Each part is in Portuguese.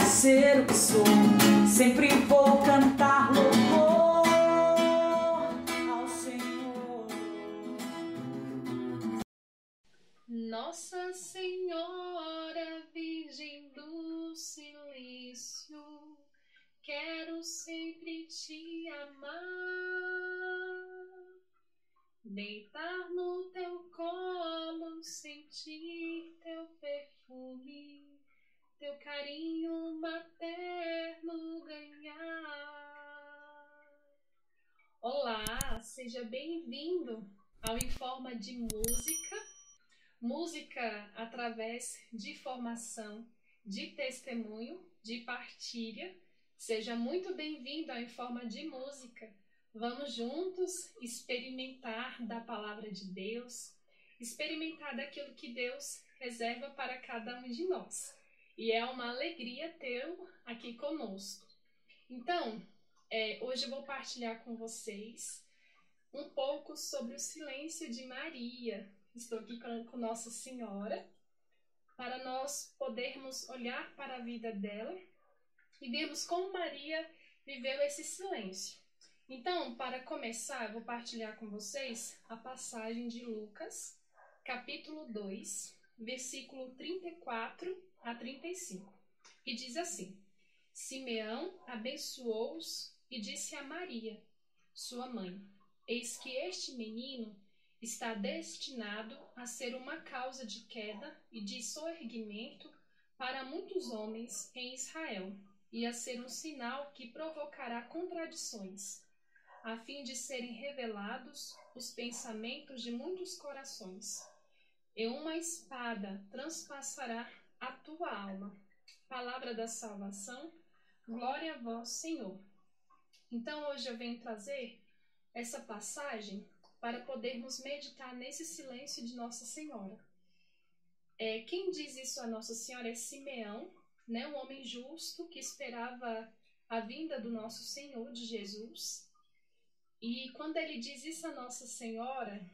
ser o que sou, sempre vou cantar louvor ao Senhor. Nossa Senhora, Virgem do Silêncio, quero sempre te amar, deitar no teu colo, sentir teu perfume, teu carinho materno ganhar. Olá, seja bem-vindo ao Informa de Música através de formação, de testemunho, de partilha. Seja muito bem-vindo ao Informa de Música. Vamos juntos experimentar da palavra de Deus, experimentar daquilo que Deus reserva para cada um de nós. E é uma alegria tê-lo aqui conosco. Então, hoje eu vou partilhar com vocês um pouco sobre o silêncio de Maria. Estou aqui com Nossa Senhora para nós podermos olhar para a vida dela e vermos como Maria viveu esse silêncio. Então, para começar, eu vou partilhar com vocês a passagem de Lucas, capítulo 2, versículo 34 a 35, que diz assim: Simeão abençoou-os e disse a Maria, sua mãe: Eis que este menino está destinado a ser uma causa de queda e de soerguimento para muitos homens em Israel, e a ser um sinal que provocará contradições, a fim de serem revelados os pensamentos de muitos corações. E uma espada transpassará a tua alma. Palavra da salvação, glória a vós, Senhor. Então hoje eu venho trazer essa passagem para podermos meditar nesse silêncio de Nossa Senhora. Quem diz isso a Nossa Senhora é Simeão, né, um homem justo que esperava a vinda do nosso Senhor, de Jesus. E quando ele diz isso a Nossa Senhora,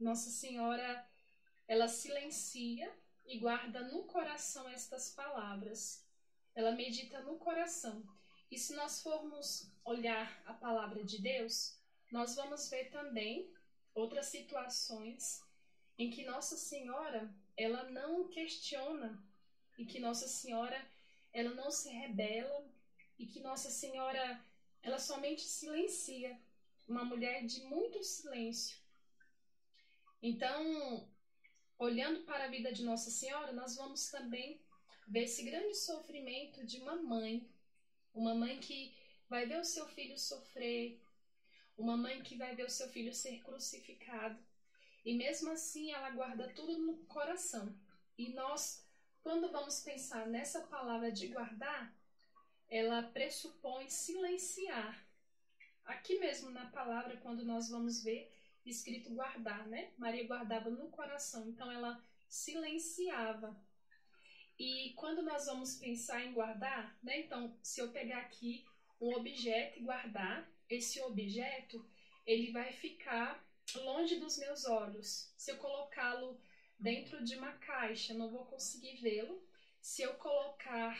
ela silencia e guarda no coração estas palavras. Ela medita no coração. E se nós formos olhar a palavra de Deus, nós vamos ver também outras situações em que Nossa Senhora, ela não questiona, e que Nossa Senhora, ela não se rebela, e que Nossa Senhora, ela somente silencia. Uma mulher de muito silêncio. Então, olhando para a vida de Nossa Senhora, nós vamos também ver esse grande sofrimento de uma mãe que vai ver o seu filho sofrer, uma mãe que vai ver o seu filho ser crucificado, e mesmo assim ela guarda tudo no coração. E nós, quando vamos pensar nessa palavra de guardar, ela pressupõe silenciar. Aqui mesmo na palavra, quando nós vamos ver escrito guardar, né? Maria guardava no coração, então ela silenciava. E quando nós vamos pensar em guardar, né? Então, se eu pegar aqui um objeto e guardar, esse objeto, ele vai ficar longe dos meus olhos. Se eu colocá-lo dentro de uma caixa, não vou conseguir vê-lo. Se eu colocar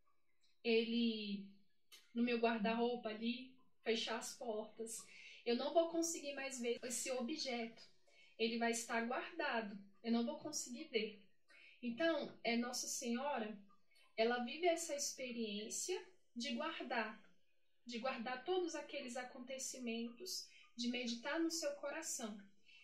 ele no meu guarda-roupa ali, fechar as portas, eu não vou conseguir mais ver esse objeto. Ele vai estar guardado, eu não vou conseguir ver. Então, Nossa Senhora, ela vive essa experiência de guardar todos aqueles acontecimentos, de meditar no seu coração.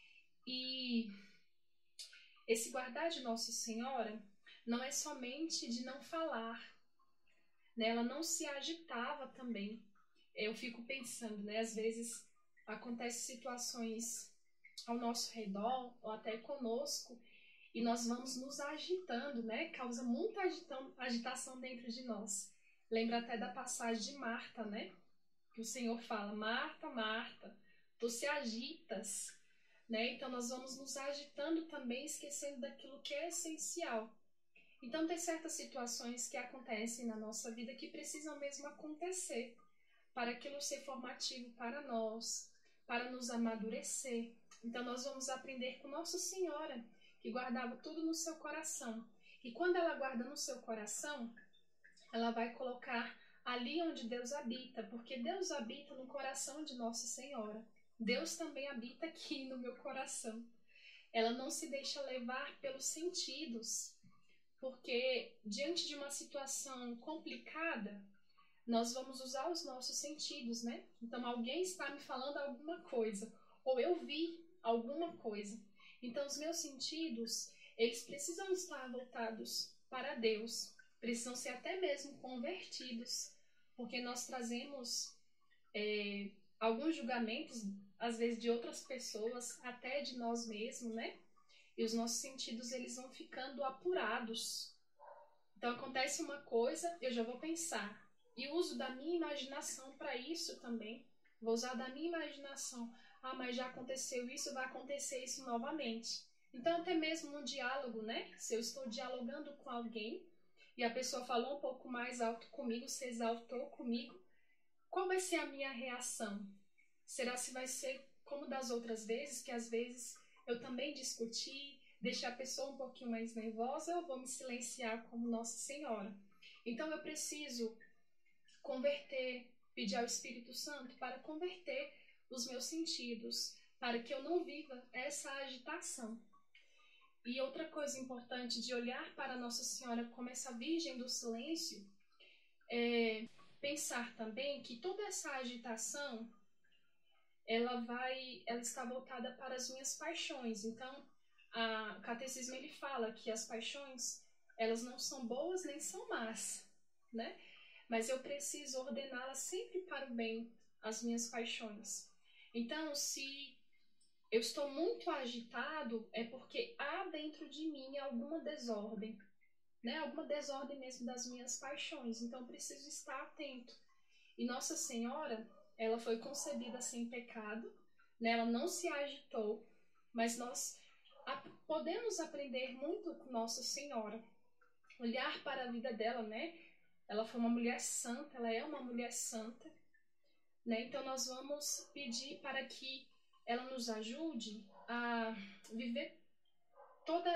E esse guardar de Nossa Senhora não é somente de não falar, né? Ela não se agitava também. Eu fico pensando, né? Às vezes acontecem situações ao nosso redor, ou até conosco, e nós vamos nos agitando, né? Causa muita agitação dentro de nós. Lembra até da passagem de Marta, né? Que o Senhor fala: Marta, Marta, tu se agitas, né? Então nós vamos nos agitando também, esquecendo daquilo que é essencial. Então tem certas situações que acontecem na nossa vida que precisam mesmo acontecer para aquilo ser formativo para nós, para nos amadurecer. Então nós vamos aprender com Nossa Senhora, que guardava tudo no seu coração. E quando ela guarda no seu coração, ela vai colocar ali onde Deus habita, porque Deus habita no coração de Nossa Senhora. Deus também habita aqui no meu coração. Ela não se deixa levar pelos sentidos, porque diante de uma situação complicada, nós vamos usar os nossos sentidos, né? Então alguém está me falando alguma coisa, ou eu vi alguma coisa. Então os meus sentidos, eles precisam estar voltados para Deus, precisam ser até mesmo convertidos, porque nós trazemos alguns julgamentos, às vezes de outras pessoas, até de nós mesmos, né? E os nossos sentidos, eles vão ficando apurados. Então acontece uma coisa, eu já vou pensar. E uso da minha imaginação para isso também. Vou usar da minha imaginação. Ah, mas já aconteceu isso, vai acontecer isso novamente. Então até mesmo no diálogo, né? Se eu estou dialogando com alguém e a pessoa falou um pouco mais alto comigo, se exaltou comigo, qual vai ser a minha reação? Será se vai ser como das outras vezes, que às vezes eu também discuti, deixei a pessoa um pouquinho mais nervosa, eu vou me silenciar como Nossa Senhora. Então eu preciso converter, pedir ao Espírito Santo para converter os meus sentidos, para que eu não viva essa agitação. E outra coisa importante de olhar para Nossa Senhora como essa Virgem do Silêncio é pensar também que toda essa agitação ela está voltada para as minhas paixões. Então, o catecismo ele fala que as paixões, elas não são boas nem são más, né? Mas eu preciso ordená-las sempre para o bem, as minhas paixões. Então, se eu estou muito agitado, é porque há dentro de mim alguma desordem, né? Alguma desordem mesmo das minhas paixões. Então, eu preciso estar atento. E Nossa Senhora, ela foi concebida sem pecado, né? Ela não se agitou, mas nós podemos aprender muito com Nossa Senhora. Olhar para a vida dela, né? Ela foi uma mulher santa, ela é uma mulher santa, né? Então nós vamos pedir para que ela nos ajude a viver toda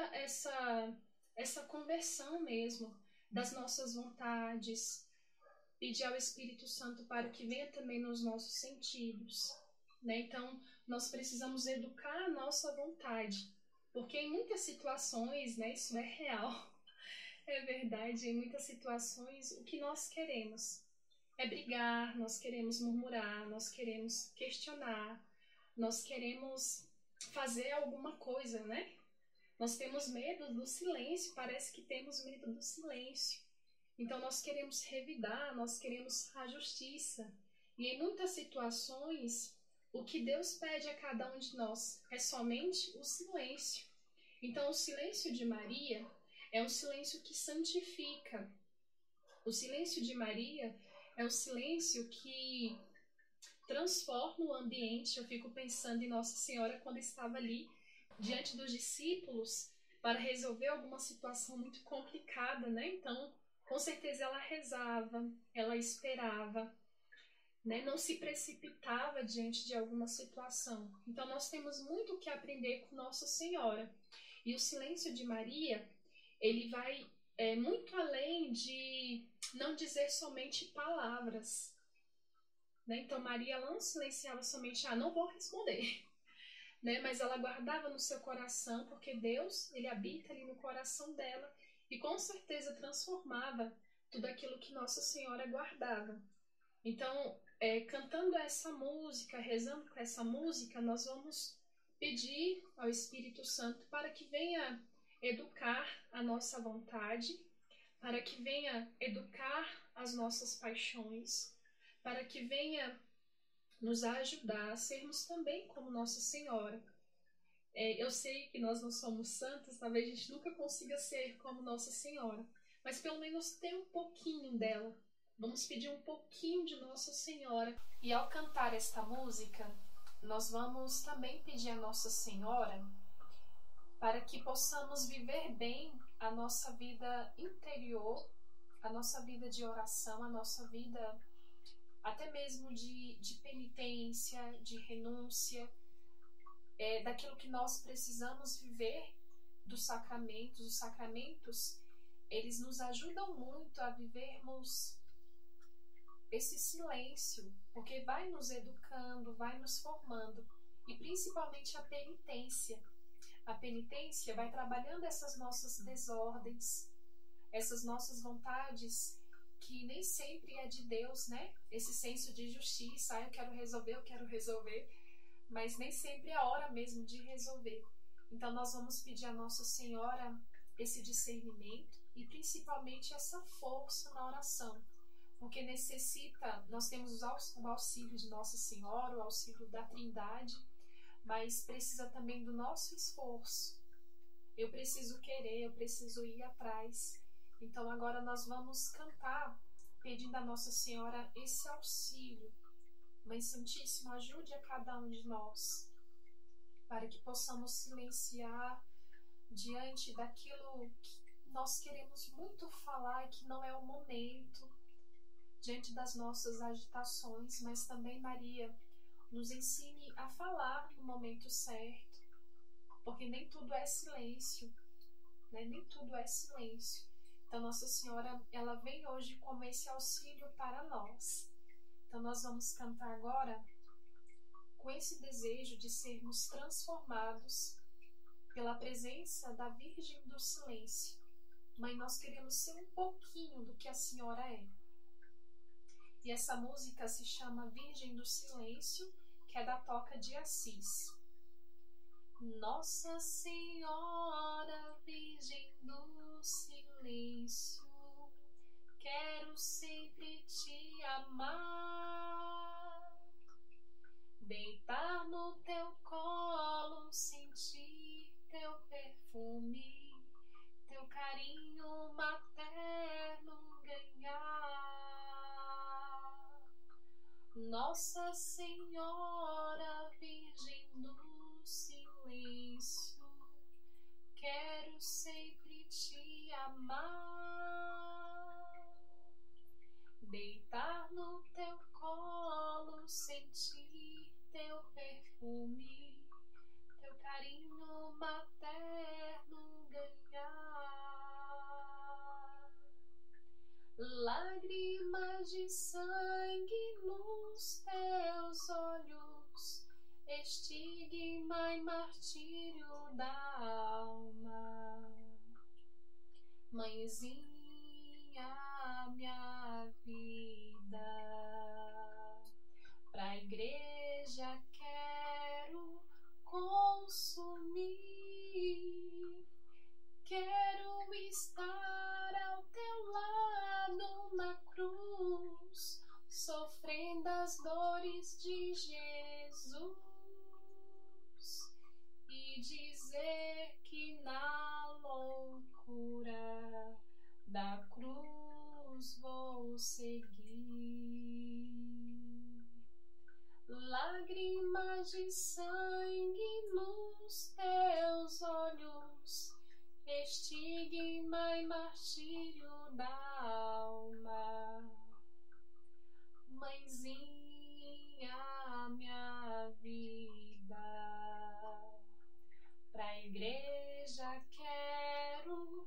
essa conversão mesmo das nossas vontades, pedir ao Espírito Santo para que venha também nos nossos sentidos, né? Então, nós precisamos educar a nossa vontade, porque em muitas situações, né, isso é real, é verdade, em muitas situações, o que nós queremos é brigar, nós queremos murmurar, nós queremos questionar, nós queremos fazer alguma coisa, né? Nós temos medo do silêncio, parece que temos medo do silêncio. Então nós queremos revidar, nós queremos a justiça. E em muitas situações, o que Deus pede a cada um de nós é somente o silêncio. Então o silêncio de Maria é um silêncio que santifica. O silêncio de Maria é um silêncio que transforma o ambiente. Eu fico pensando em Nossa Senhora quando estava ali diante dos discípulos para resolver alguma situação muito complicada, né? Então, com certeza ela rezava, ela esperava, né? Não se precipitava diante de alguma situação. Então nós temos muito o que aprender com Nossa Senhora. E o silêncio de Maria, ele vai muito além de não dizer somente palavras, né? Então Maria ela não silenciava somente, não vou responder, né? Mas ela guardava no seu coração, porque Deus, ele habita ali no coração dela e com certeza transformava tudo aquilo que Nossa Senhora guardava. Então, cantando essa música, rezando com essa música, nós vamos pedir ao Espírito Santo para que venha educar a nossa vontade, para que venha educar as nossas paixões, para que venha nos ajudar a sermos também como Nossa Senhora. Eu sei que nós não somos santos, talvez a gente nunca consiga ser como Nossa Senhora, mas pelo menos ter um pouquinho dela. Vamos pedir um pouquinho de Nossa Senhora. E ao cantar esta música, nós vamos também pedir a Nossa Senhora para que possamos viver bem a nossa vida interior, a nossa vida de oração, a nossa vida até mesmo de penitência, de renúncia, daquilo que nós precisamos viver dos sacramentos. Os sacramentos, eles nos ajudam muito a vivermos esse silêncio, porque vai nos educando, vai nos formando, e principalmente a penitência. A penitência vai trabalhando essas nossas desordens, essas nossas vontades que nem sempre é de Deus, né? Esse senso de justiça, eu quero resolver, mas nem sempre é a hora mesmo de resolver. Então nós vamos pedir a Nossa Senhora esse discernimento e principalmente essa força na oração, porque nós temos o auxílio de Nossa Senhora, o auxílio da Trindade, mas precisa também do nosso esforço. Eu preciso querer, eu preciso ir atrás. Então agora nós vamos cantar pedindo a Nossa Senhora esse auxílio. Mãe Santíssima, ajude a cada um de nós, para que possamos silenciar diante daquilo que nós queremos muito falar e que não é o momento, diante das nossas agitações, mas também, Maria, nos ensine a falar no momento certo, porque nem tudo é silêncio, né? Nem tudo é silêncio. Então Nossa Senhora, ela vem hoje como esse auxílio para nós. Então nós vamos cantar agora com esse desejo de sermos transformados pela presença da Virgem do Silêncio. Mãe, nós queremos ser um pouquinho do que a Senhora é. E essa música se chama Virgem do Silêncio, que é da Toca de Assis. Nossa Senhora, Virgem do Silêncio, quero sempre te amar, deitar no teu colo, sentir teu perfume, teu carinho materno ganhar. Nossa Senhora, Virgem do Silêncio, quero sempre te amar, deitar no teu colo, sentir teu perfume, teu carinho materno ganhar. Lágrimas de sangue nos teus olhos, estigma e martírio da alma. Mãezinha, minha vida, pra igreja quero consumir, quero estar ao teu lado na cruz, sofrendo as dores de Jesus, e dizer que na loucura da cruz vou seguir. Lágrimas de sangue nos teus olhos, estigma e martírio da alma. Mãezinha, minha vida, pra igreja quero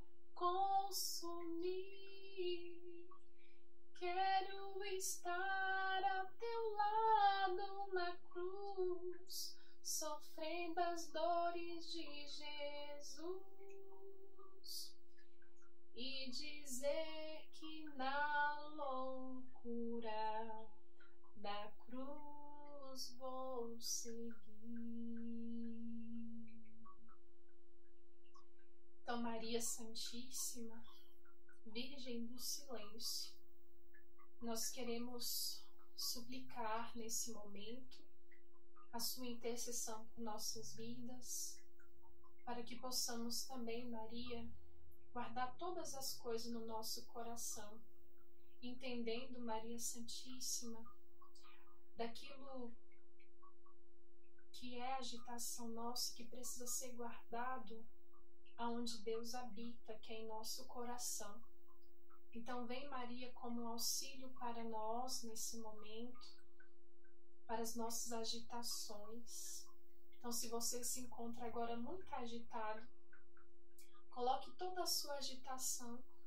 consumir, quero estar ao teu lado na cruz, sofrendo as dores de Jesus, e dizer que na loucura da cruz vou seguir. Então, Maria Santíssima, Virgem do Silêncio, nós queremos suplicar nesse momento a sua intercessão por nossas vidas, para que possamos também, Maria, guardar todas as coisas no nosso coração, entendendo, Maria Santíssima, daquilo que é agitação nossa, que precisa ser guardado aonde Deus habita, que é em nosso coração. Então vem, Maria, como auxílio para nós nesse momento, para as nossas agitações. Então, se você se encontra agora muito agitado, coloque toda a sua agitação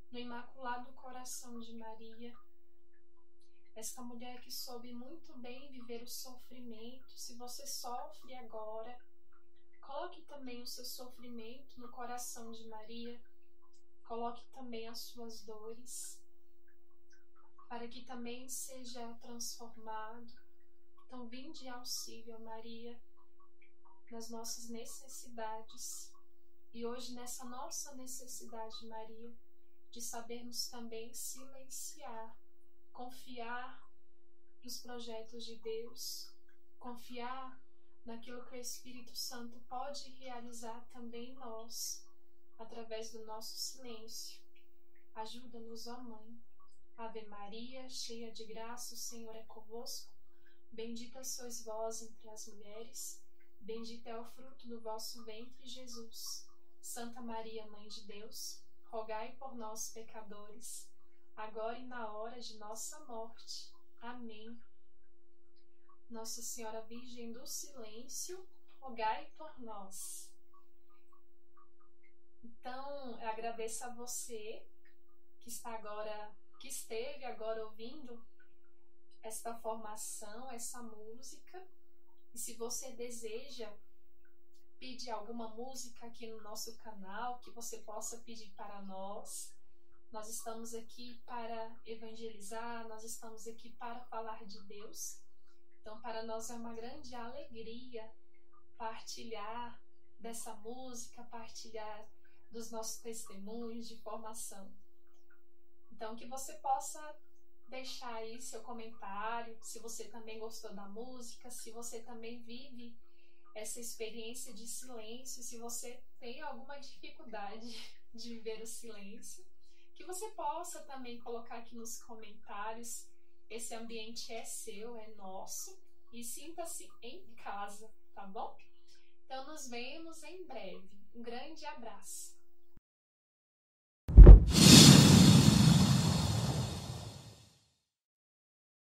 no Imaculado Coração de Maria, esta mulher que soube muito bem viver o sofrimento. Se você sofre agora, coloque também o seu sofrimento no coração de Maria, coloque também as suas dores, para que também seja transformado. Então, vinde em auxílio, Maria, nas nossas necessidades. E hoje, nessa nossa necessidade, Maria, de sabermos também silenciar, confiar nos projetos de Deus, confiar naquilo que o Espírito Santo pode realizar também em nós, através do nosso silêncio. Ajuda-nos, ó Mãe. Ave Maria, cheia de graça, o Senhor é convosco. Bendita sois vós entre as mulheres, bendito é o fruto do vosso ventre, Jesus. Santa Maria, Mãe de Deus, rogai por nós, pecadores, agora e na hora de nossa morte. Amém. Nossa Senhora Virgem do Silêncio, rogai por nós. Então, eu agradeço a você que esteve agora ouvindo esta formação, essa música. E se você deseja pedir alguma música aqui no nosso canal, que você possa pedir para nós. Nós estamos aqui para evangelizar, nós estamos aqui para falar de Deus. Então, para nós é uma grande alegria partilhar dessa música, partilhar dos nossos testemunhos de formação. Então, que você possa deixar aí seu comentário, se você também gostou da música, se você também vive essa experiência de silêncio, se você tem alguma dificuldade de viver o silêncio, que você possa também colocar aqui nos comentários. Esse ambiente é seu, é nosso, e sinta-se em casa, tá bom? Então, nos vemos em breve. Um grande abraço!